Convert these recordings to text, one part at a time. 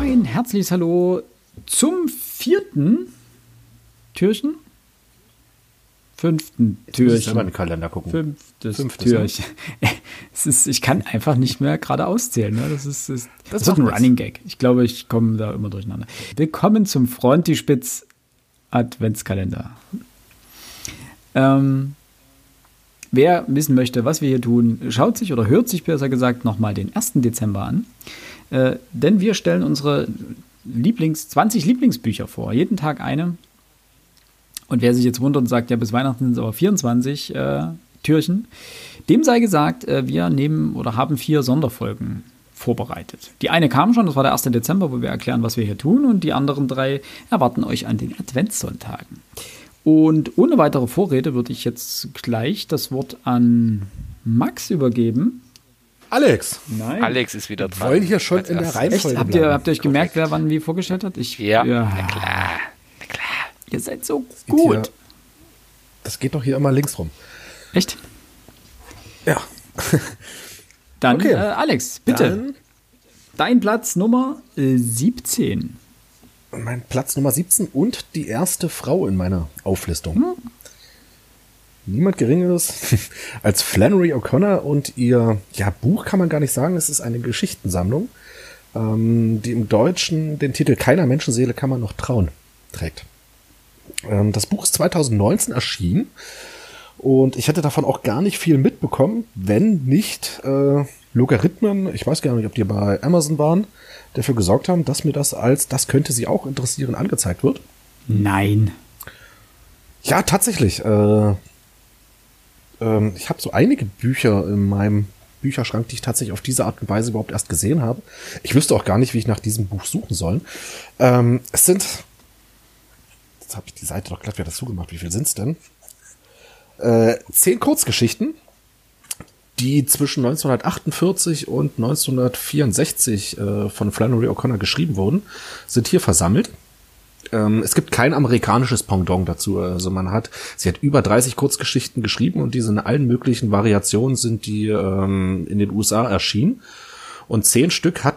Ein herzliches Hallo zum 4. Türchen? 5. Türchen. Ich selber in den Kalender gucken. 5. Türchen. Ich kann einfach nicht mehr gerade auszählen. Ne? Das ist ein Running Gag. Ich glaube, ich komme da immer durcheinander. Willkommen zum Frontispitz Adventskalender. Wer wissen möchte, was wir hier tun, schaut sich oder hört sich besser gesagt nochmal den 1. Dezember an. Denn wir stellen unsere 20 Lieblingsbücher vor. Jeden Tag eine. Und wer sich jetzt wundert und sagt, ja, bis Weihnachten sind es aber 24 Türchen, dem sei gesagt, wir haben 4 Sonderfolgen vorbereitet. Die eine kam schon, das war der 1. Dezember, wo wir erklären, was wir hier tun. Und die anderen 3 erwarten euch an den Adventssonntagen. Und ohne weitere Vorrede würde ich jetzt gleich das Wort an Max übergeben. Alex. Nein. Alex ist wieder dran. Wir wollen hier schon in der Reihenfolge Habt ihr euch gemerkt, wer wann wie vorgestellt hat? Ja, na klar. Ihr seid so gut. Das geht doch hier immer links rum. Echt? Ja. Dann, okay. Alex, bitte. Dein Platz Nummer 17. Mein Platz Nummer 17 und die erste Frau in meiner Auflistung. Niemand Geringeres als Flannery O'Connor und ihr Buch kann man gar nicht sagen, es ist eine Geschichtensammlung, die im Deutschen den Titel Keiner Menschenseele kann man noch trauen trägt. Das Buch ist 2019 erschienen und ich hätte davon auch gar nicht viel mitbekommen, wenn nicht Logarithmen, ich weiß gar nicht, ob die bei Amazon waren, dafür gesorgt haben, dass mir das könnte Sie auch interessieren, angezeigt wird. Nein. Ja, tatsächlich. Ich habe so einige Bücher in meinem Bücherschrank, die ich tatsächlich auf diese Art und Weise überhaupt erst gesehen habe. Ich wüsste auch gar nicht, wie ich nach diesem Buch suchen soll. Es sind, jetzt habe ich die Seite doch glatt wieder zugemacht, wie viel sind es denn? 10 Kurzgeschichten, die zwischen 1948 und 1964 von Flannery O'Connor geschrieben wurden, sind hier versammelt. Es gibt kein amerikanisches Pendant dazu. Also sie hat über 30 Kurzgeschichten geschrieben und diese in allen möglichen Variationen sind die in den USA erschienen. Und 10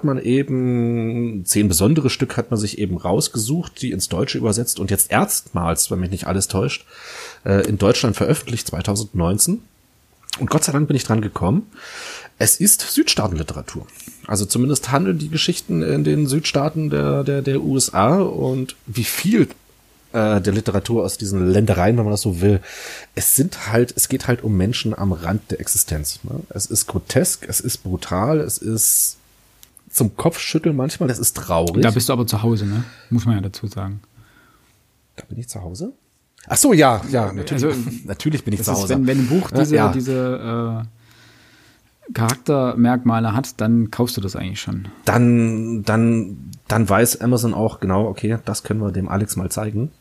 besondere Stück hat man sich eben rausgesucht, die ins Deutsche übersetzt und jetzt erstmals, wenn mich nicht alles täuscht, in Deutschland veröffentlicht 2019. Und Gott sei Dank bin ich dran gekommen. Es ist Südstaatenliteratur. Also zumindest handeln die Geschichten in den Südstaaten der USA und wie viel der Literatur aus diesen Ländereien, wenn man das so will. Es geht halt um Menschen am Rand der Existenz. Ne? Es ist grotesk, es ist brutal, es ist zum Kopfschütteln manchmal, es ist traurig. Da bist du aber zu Hause, ne? Muss man ja dazu sagen. Da bin ich zu Hause? Ach so, ja, natürlich. Also, natürlich bin ich zu Hause. Wenn ein Buch diese Charaktermerkmale hat, dann kaufst du das eigentlich schon. Dann weiß Amazon auch genau, okay, das können wir dem Alex mal zeigen.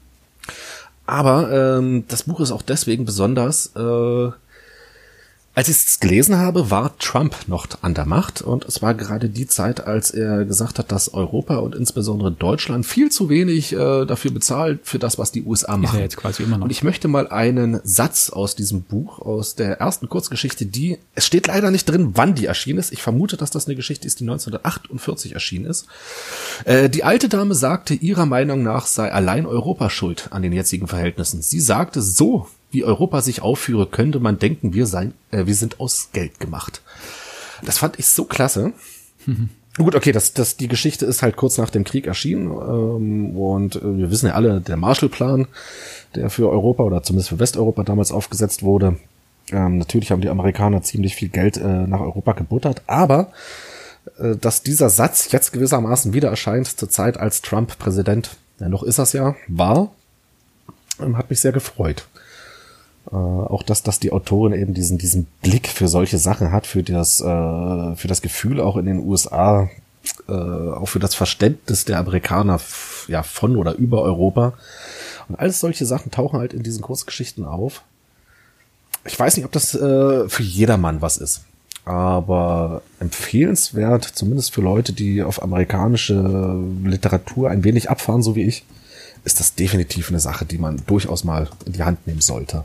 Aber das Buch ist auch deswegen besonders, als ich es gelesen habe, war Trump noch an der Macht und es war gerade die Zeit, als er gesagt hat, dass Europa und insbesondere Deutschland viel zu wenig dafür bezahlt, für das, was die USA machen. Ist ja jetzt quasi immer noch. Und ich möchte mal einen Satz aus diesem Buch, aus der ersten Kurzgeschichte, es steht leider nicht drin, wann die erschienen ist. Ich vermute, dass das eine Geschichte ist, die 1948 erschienen ist. Die alte Dame sagte, ihrer Meinung nach sei allein Europa schuld an den jetzigen Verhältnissen. Sie sagte, so wie Europa sich aufführe, könnte man denken, wir sind aus Geld gemacht. Das fand ich so klasse. Gut, okay, die Geschichte ist halt kurz nach dem Krieg erschienen und wir wissen ja alle, der Marshallplan, der für Europa oder zumindest für Westeuropa damals aufgesetzt wurde. Natürlich haben die Amerikaner ziemlich viel Geld nach Europa gebuttert, aber dass dieser Satz jetzt gewissermaßen wieder erscheint zur Zeit, als Trump Präsident, noch ist das ja, war, hat mich sehr gefreut. Auch dass die Autorin eben diesen Blick für solche Sachen hat, für das Gefühl auch in den USA, auch für das Verständnis der Amerikaner von oder über Europa. Und alles solche Sachen tauchen halt in diesen Kurzgeschichten auf. Ich weiß nicht, ob das für jedermann was ist, aber empfehlenswert, zumindest für Leute, die auf amerikanische Literatur ein wenig abfahren, so wie ich, ist das definitiv eine Sache, die man durchaus mal in die Hand nehmen sollte.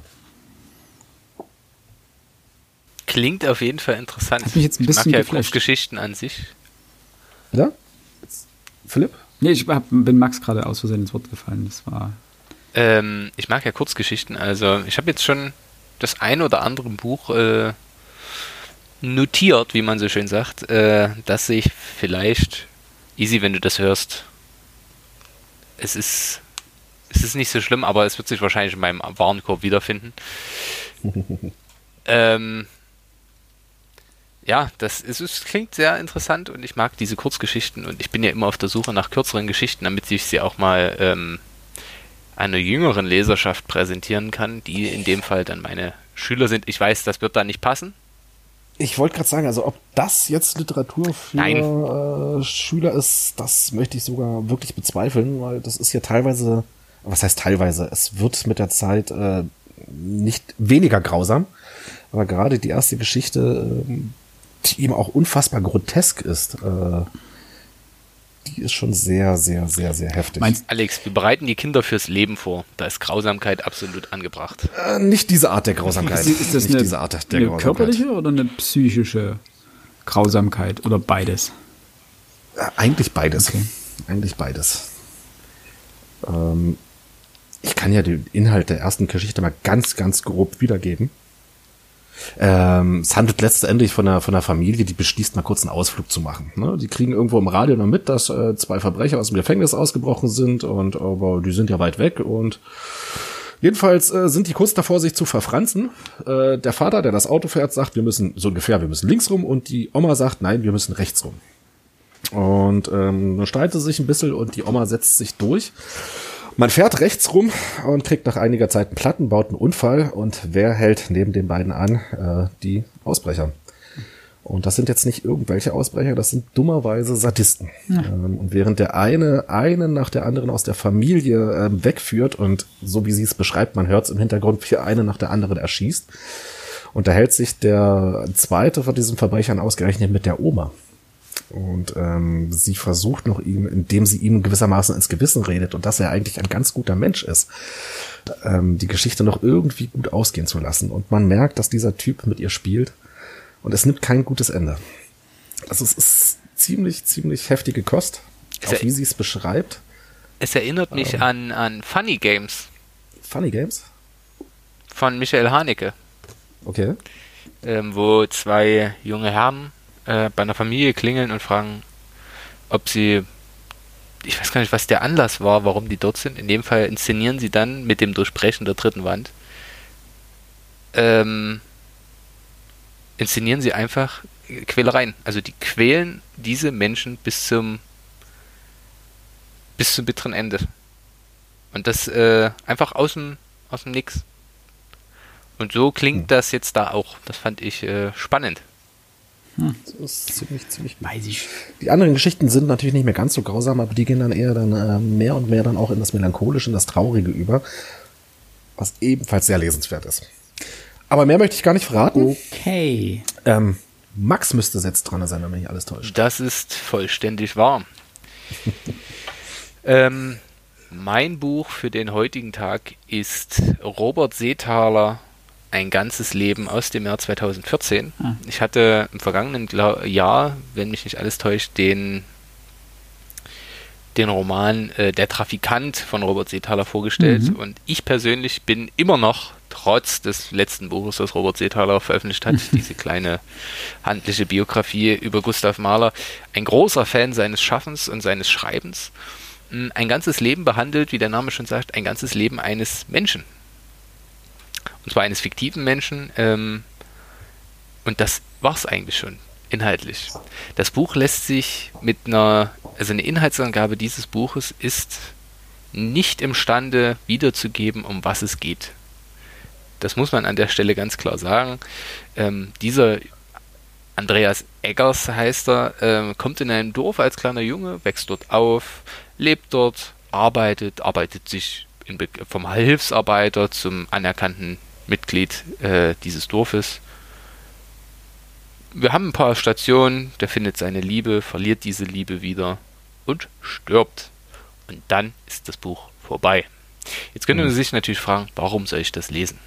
Klingt auf jeden Fall interessant. Hat mich jetzt ein bisschen ich mag ja Kurzgeschichten an sich. Ja? Philipp? Nee, bin Max gerade aus Versehen ins Wort gefallen. Das war. Ich mag ja Kurzgeschichten, also ich habe jetzt schon das ein oder andere Buch notiert, wie man so schön sagt, dass ich vielleicht, Easy, wenn du das hörst, es ist nicht so schlimm, aber es wird sich wahrscheinlich in meinem Warenkorb wiederfinden. Ja, es klingt sehr interessant und ich mag diese Kurzgeschichten und ich bin ja immer auf der Suche nach kürzeren Geschichten, damit ich sie auch mal einer jüngeren Leserschaft präsentieren kann, die in dem Fall dann meine Schüler sind. Ich weiß, das wird da nicht passen. Ich wollte gerade sagen, also ob das jetzt Literatur für Schüler ist, das möchte ich sogar wirklich bezweifeln, weil das ist ja teilweise, was heißt teilweise, es wird mit der Zeit nicht weniger grausam, aber gerade die erste Geschichte, die eben auch unfassbar grotesk ist, die ist schon sehr, sehr, sehr, sehr heftig. Alex, wir bereiten die Kinder fürs Leben vor. Da ist Grausamkeit absolut angebracht. Nicht diese Art der Grausamkeit. Ist das nicht eine, diese Art der eine Grausamkeit. körperliche oder eine psychische Grausamkeit oder beides? Eigentlich beides. Okay. Eigentlich beides. Ich kann ja den Inhalt der ersten Geschichte mal ganz, ganz grob wiedergeben. Es handelt letztendlich von einer Familie, die beschließt, mal kurz einen Ausflug zu machen. Ne? Die kriegen irgendwo im Radio noch mit, dass 2 Verbrecher aus dem Gefängnis ausgebrochen sind aber die sind ja weit weg und jedenfalls sind die kurz davor, sich zu verfranzen. Der Vater, der das Auto fährt, sagt, wir müssen links rum und die Oma sagt, nein, wir müssen rechts rum. Und dann streiten sie sich ein bisschen und die Oma setzt sich durch. Man fährt rechts rum und kriegt nach einiger Zeit einen Platten, baut einen Unfall und wer hält neben den beiden an? Die Ausbrecher. Und das sind jetzt nicht irgendwelche Ausbrecher, das sind dummerweise Sadisten. Ja. Und während der eine nach der anderen aus der Familie wegführt und so wie sie es beschreibt, man hört es im Hintergrund, wie eine nach der anderen erschießt, unterhält sich der zweite von diesen Verbrechern ausgerechnet mit der Oma. Und sie versucht noch indem sie ihm gewissermaßen ins Gewissen redet und dass er eigentlich ein ganz guter Mensch ist, die Geschichte noch irgendwie gut ausgehen zu lassen. Und man merkt, dass dieser Typ mit ihr spielt und es nimmt kein gutes Ende. Also es ist ziemlich, ziemlich heftige Kost, auch wie sie es beschreibt. Es erinnert mich an Funny Games. Funny Games? Von Michael Haneke. Okay. Wo 2 junge Herren bei einer Familie klingeln und fragen, ob sie, ich weiß gar nicht, was der Anlass war, warum die dort sind. In dem Fall inszenieren sie dann mit dem Durchbrechen der 3. Wand, inszenieren sie einfach Quälereien. Also die quälen diese Menschen bis zum bitteren Ende. Und das einfach aus dem Nix. Und so klingt das jetzt da auch. Das fand ich spannend. Das ist ziemlich weiß ich. Die anderen Geschichten sind natürlich nicht mehr ganz so grausam, aber die gehen dann eher mehr und mehr dann auch in das Melancholische, in das Traurige über, was ebenfalls sehr lesenswert ist. Aber mehr möchte ich gar nicht verraten. Okay. Max müsste jetzt dran sein, wenn mich nicht alles täuscht. Das ist vollständig wahr. Mein Buch für den heutigen Tag ist Robert Seethaler, Ein ganzes Leben aus dem Jahr 2014. Ich hatte im vergangenen Jahr, wenn mich nicht alles täuscht, den Roman Der Trafikant von Robert Seethaler vorgestellt. Und ich persönlich bin immer noch, trotz des letzten Buches, das Robert Seethaler veröffentlicht hat, diese kleine handliche Biografie über Gustav Mahler, ein großer Fan seines Schaffens und seines Schreibens. Ein ganzes Leben behandelt, wie der Name schon sagt, ein ganzes Leben eines Menschen. Und zwar eines fiktiven Menschen. Und das war's eigentlich schon, inhaltlich. Das Buch lässt sich eine Inhaltsangabe dieses Buches ist nicht imstande wiederzugeben, um was es geht. Das muss man an der Stelle ganz klar sagen. Dieser Andreas Eggers heißt er, kommt in einem Dorf als kleiner Junge, wächst dort auf, lebt dort, arbeitet sich vom Hilfsarbeiter zum anerkannten Mitglied dieses Dorfes. Wir haben ein paar Stationen, der findet seine Liebe, verliert diese Liebe wieder und stirbt. Und dann ist das Buch vorbei. Jetzt können Sie sich natürlich fragen, warum soll ich das lesen?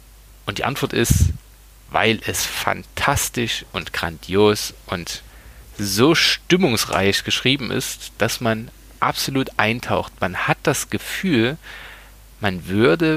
Und die Antwort ist, weil es fantastisch und grandios und so stimmungsreich geschrieben ist, dass man absolut eintaucht. Man hat das Gefühl, man würde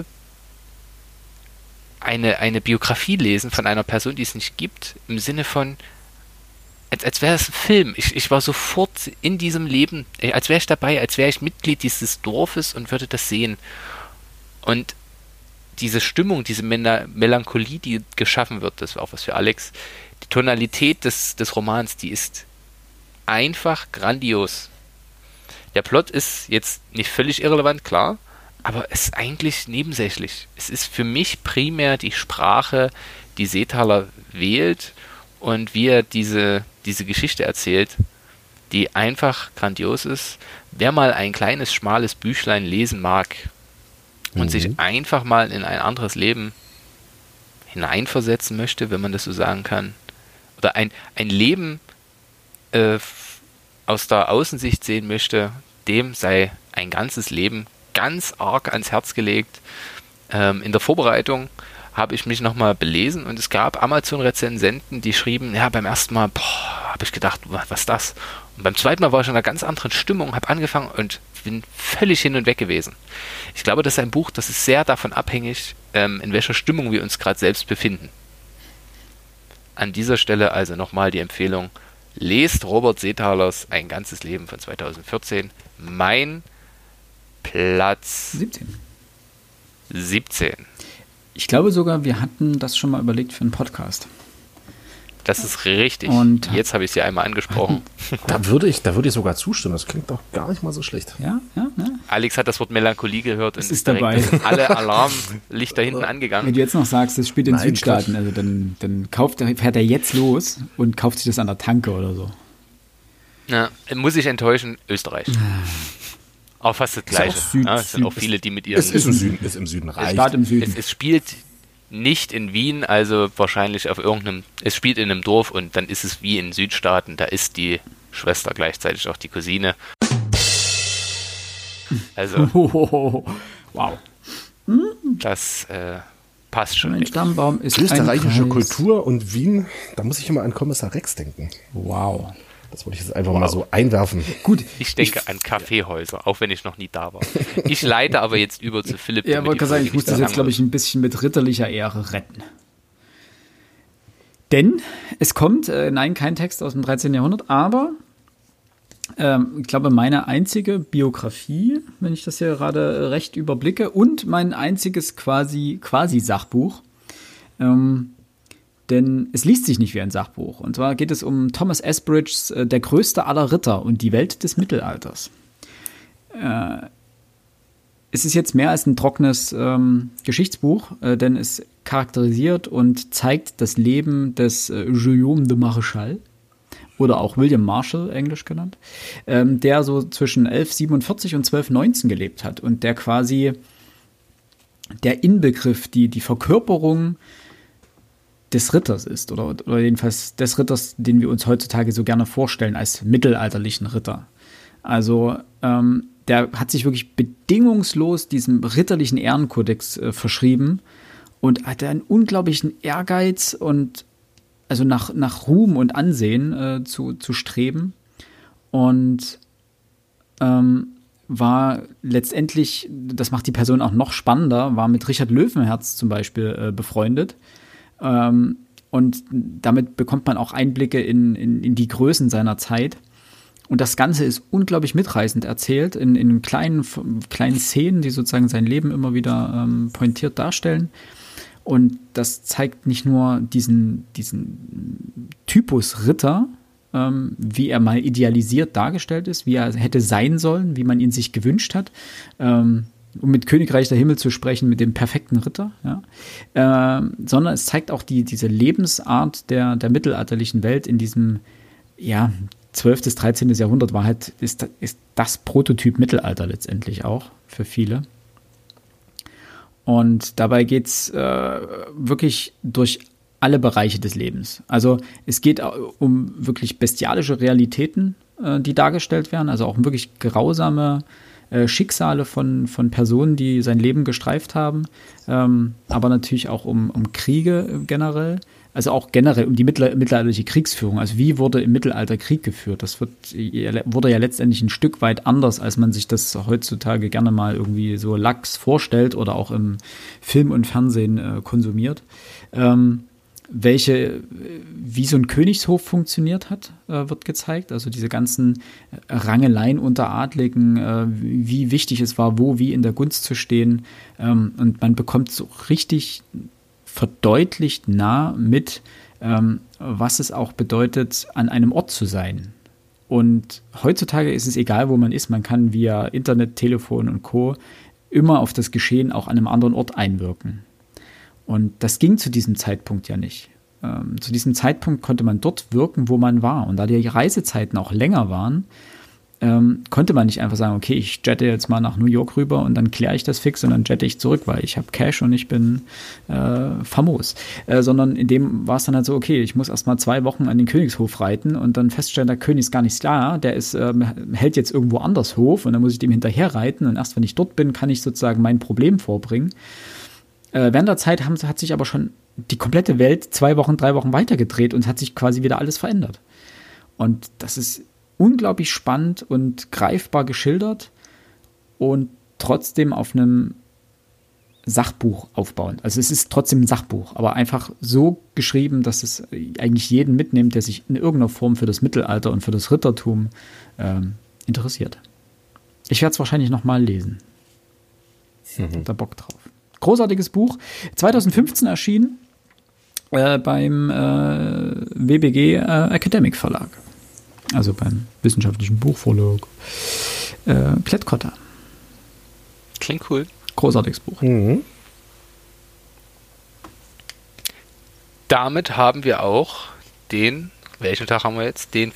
eine Biografie lesen von einer Person, die es nicht gibt, im Sinne von, als wäre es ein Film. Ich war sofort in diesem Leben, als wäre ich dabei, als wäre ich Mitglied dieses Dorfes und würde das sehen. Und diese Stimmung, diese Melancholie, die geschaffen wird, das war auch was für Alex, die Tonalität des Romans, die ist einfach grandios. Der Plot ist jetzt nicht völlig irrelevant, klar, aber es ist eigentlich nebensächlich. Es ist für mich primär die Sprache, die Seethaler wählt und wie er diese Geschichte erzählt, die einfach grandios ist. Wer mal ein kleines, schmales Büchlein lesen mag und sich einfach mal in ein anderes Leben hineinversetzen möchte, wenn man das so sagen kann, oder ein Leben aus der Außensicht sehen möchte, dem sei ein ganzes Leben ganz arg ans Herz gelegt. In der Vorbereitung habe ich mich nochmal belesen und es gab Amazon-Rezensenten, die schrieben, ja, beim ersten Mal, habe ich gedacht, was ist das? Und beim zweiten Mal war ich in einer ganz anderen Stimmung, habe angefangen und bin völlig hin und weg gewesen. Ich glaube, das ist ein Buch, das ist sehr davon abhängig, in welcher Stimmung wir uns gerade selbst befinden. An dieser Stelle also nochmal die Empfehlung, lest Robert Seethalers Ein ganzes Leben von 2014. Mein Platz 17. Ich glaube sogar, wir hatten das schon mal überlegt für einen Podcast. Das ist richtig. Und jetzt habe ich sie einmal angesprochen. Da würde ich sogar zustimmen. Das klingt doch gar nicht mal so schlecht. Ja. Alex hat das Wort Melancholie gehört und ist dabei. Sind alle Alarmlichter hinten angegangen. Wenn du jetzt noch sagst, das spielt in Südstaaten, also dann fährt er jetzt los und kauft sich das an der Tanke oder so. Ja, muss ich enttäuschen, Österreich. Auch fast das Gleiche. Es sind auch viele, die mit ihren... Es ist im Süden reich. Staat im Süden. Es spielt nicht in Wien, also wahrscheinlich auf irgendeinem... Es spielt in einem Dorf und dann ist es wie in Südstaaten. Da ist die Schwester gleichzeitig auch die Cousine. Also... Wow. Das passt schon. Mein Stammbaum ist österreichische ein Kreis. Kultur und Wien, da muss ich immer an Kommissar Rex denken. Wow. Das wollte ich jetzt einfach mal so einwerfen. Gut. Ich denke an Kaffeehäuser, auch wenn ich noch nie da war. Ich leite aber jetzt über zu Philipp. Ja, wollte gerade sagen, ich muss das jetzt, glaube ich, ein bisschen mit ritterlicher Ehre retten. Denn es kommt, nein, kein Text aus dem 13. Jahrhundert, aber ich glaube, meine einzige Biografie, wenn ich das hier gerade recht überblicke, und mein einziges quasi Sachbuch. Denn es liest sich nicht wie ein Sachbuch. Und zwar geht es um Thomas Asbridges Der größte aller Ritter und die Welt des Mittelalters. Es ist jetzt mehr als ein trockenes Geschichtsbuch, denn es charakterisiert und zeigt das Leben des Guillaume de Maréchal oder auch William Marshall, englisch genannt, der so zwischen 1147 und 1219 gelebt hat und der quasi der Inbegriff, die Verkörperung des Ritters ist oder jedenfalls des Ritters, den wir uns heutzutage so gerne vorstellen als mittelalterlichen Ritter. Also der hat sich wirklich bedingungslos diesem ritterlichen Ehrenkodex verschrieben und hatte einen unglaublichen Ehrgeiz und also nach Ruhm und Ansehen zu streben und war letztendlich, das macht die Person auch noch spannender, war mit Richard Löwenherz zum Beispiel befreundet. Und damit bekommt man auch Einblicke in die Größen seiner Zeit. Und das Ganze ist unglaublich mitreißend erzählt, in kleinen Szenen, die sozusagen sein Leben immer wieder pointiert darstellen. Und das zeigt nicht nur diesen Typus Ritter, wie er mal idealisiert dargestellt ist, wie er hätte sein sollen, wie man ihn sich gewünscht hat, um mit Königreich der Himmel zu sprechen, mit dem perfekten Ritter, ja? Sondern es zeigt auch diese Lebensart der mittelalterlichen Welt in diesem 12. bis 13. Jahrhundert ist das Prototyp Mittelalter letztendlich auch für viele. Und dabei geht es wirklich durch alle Bereiche des Lebens. Also es geht um wirklich bestialische Realitäten, die dargestellt werden, also auch wirklich grausame Schicksale von Personen, die sein Leben gestreift haben, aber natürlich auch um Kriege generell, also auch generell um die mittelalterliche Kriegsführung. Also wie wurde im Mittelalter Krieg geführt? Das wurde ja letztendlich ein Stück weit anders, als man sich das heutzutage gerne mal irgendwie so lax vorstellt oder auch im Film und Fernsehen konsumiert. Wie so ein Königshof funktioniert hat, wird gezeigt. Also diese ganzen Rangeleien unter Adligen, wie wichtig es war, wie in der Gunst zu stehen. Und man bekommt so richtig verdeutlicht nah mit, was es auch bedeutet, an einem Ort zu sein. Und heutzutage ist es egal, wo man ist. Man kann via Internet, Telefon und Co. immer auf das Geschehen auch an einem anderen Ort einwirken. Und das ging zu diesem Zeitpunkt ja nicht. Zu diesem Zeitpunkt konnte man dort wirken, wo man war. Und da die Reisezeiten auch länger waren, konnte man nicht einfach sagen, okay, ich jette jetzt mal nach New York rüber und dann kläre ich das fix und dann jette ich zurück, weil ich habe Cash und ich bin famos. Sondern in dem war es dann halt so, okay, ich muss erst mal 2 Wochen an den Königshof reiten und dann feststellen, der König ist gar nicht da, der hält jetzt irgendwo anders Hof und dann muss ich dem hinterher reiten und erst wenn ich dort bin, kann ich sozusagen mein Problem vorbringen. Während der Zeit hat sich aber schon die komplette Welt 2 Wochen, 3 Wochen weitergedreht und hat sich quasi wieder alles verändert. Und das ist unglaublich spannend und greifbar geschildert und trotzdem auf einem Sachbuch aufbauend. Also es ist trotzdem ein Sachbuch, aber einfach so geschrieben, dass es eigentlich jeden mitnimmt, der sich in irgendeiner Form für das Mittelalter und für das Rittertum interessiert. Ich werde es wahrscheinlich nochmal lesen. Hab da Bock drauf. Großartiges Buch. 2015 erschienen beim WBG Academic Verlag. Also beim wissenschaftlichen Buchverlag. Klett-Cotta. Klingt cool. Großartiges Buch. Damit haben wir auch welchen Tag haben wir jetzt? Den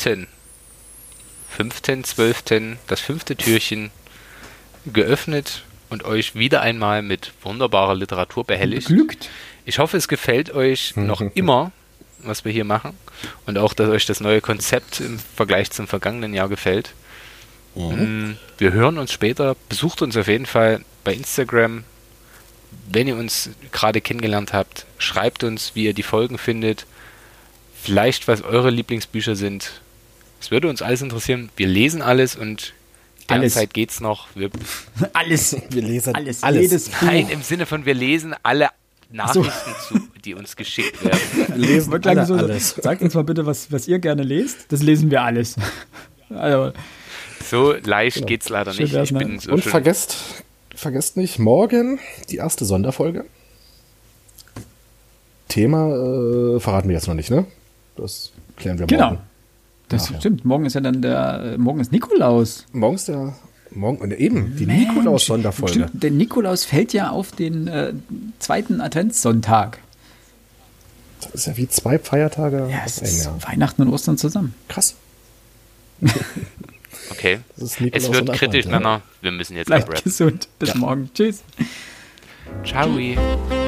5.12., das 5. Türchen geöffnet und euch wieder einmal mit wunderbarer Literatur behelligt. Glückt. Ich hoffe, es gefällt euch noch immer, was wir hier machen. Und auch, dass euch das neue Konzept im Vergleich zum vergangenen Jahr gefällt. Wir hören uns später. Besucht uns auf jeden Fall bei Instagram. Wenn ihr uns gerade kennengelernt habt, schreibt uns, wie ihr die Folgen findet. Vielleicht, was eure Lieblingsbücher sind. Es würde uns alles interessieren. Wir lesen alles und derzeit geht's noch. Alles. Wir lesen alles. Jedes Buch. Nein, im Sinne von, wir lesen alle Nachrichten zu, die uns geschickt werden. Wir lesen alles. Sagt uns mal bitte, was ihr gerne lest. Das lesen wir alles. Also, so leicht geht's leider nicht. Ich bin so und vergesst nicht, morgen die erste Sonderfolge. Thema verraten wir jetzt noch nicht, ne? Das klären wir morgen. Genau. Das stimmt. Morgen ist ja dann morgen ist Nikolaus. Die Nikolaus-Sonderfolge. Stimmt, der Nikolaus fällt ja auf den 2. Adventssonntag. Das ist ja wie 2 Feiertage. Ja, es ist Weihnachten und Ostern zusammen. Krass. Okay. Es wird kritisch, Männer. Wir müssen jetzt Bleibt abrappen. gesund. Bis morgen. Tschüss. Ciao.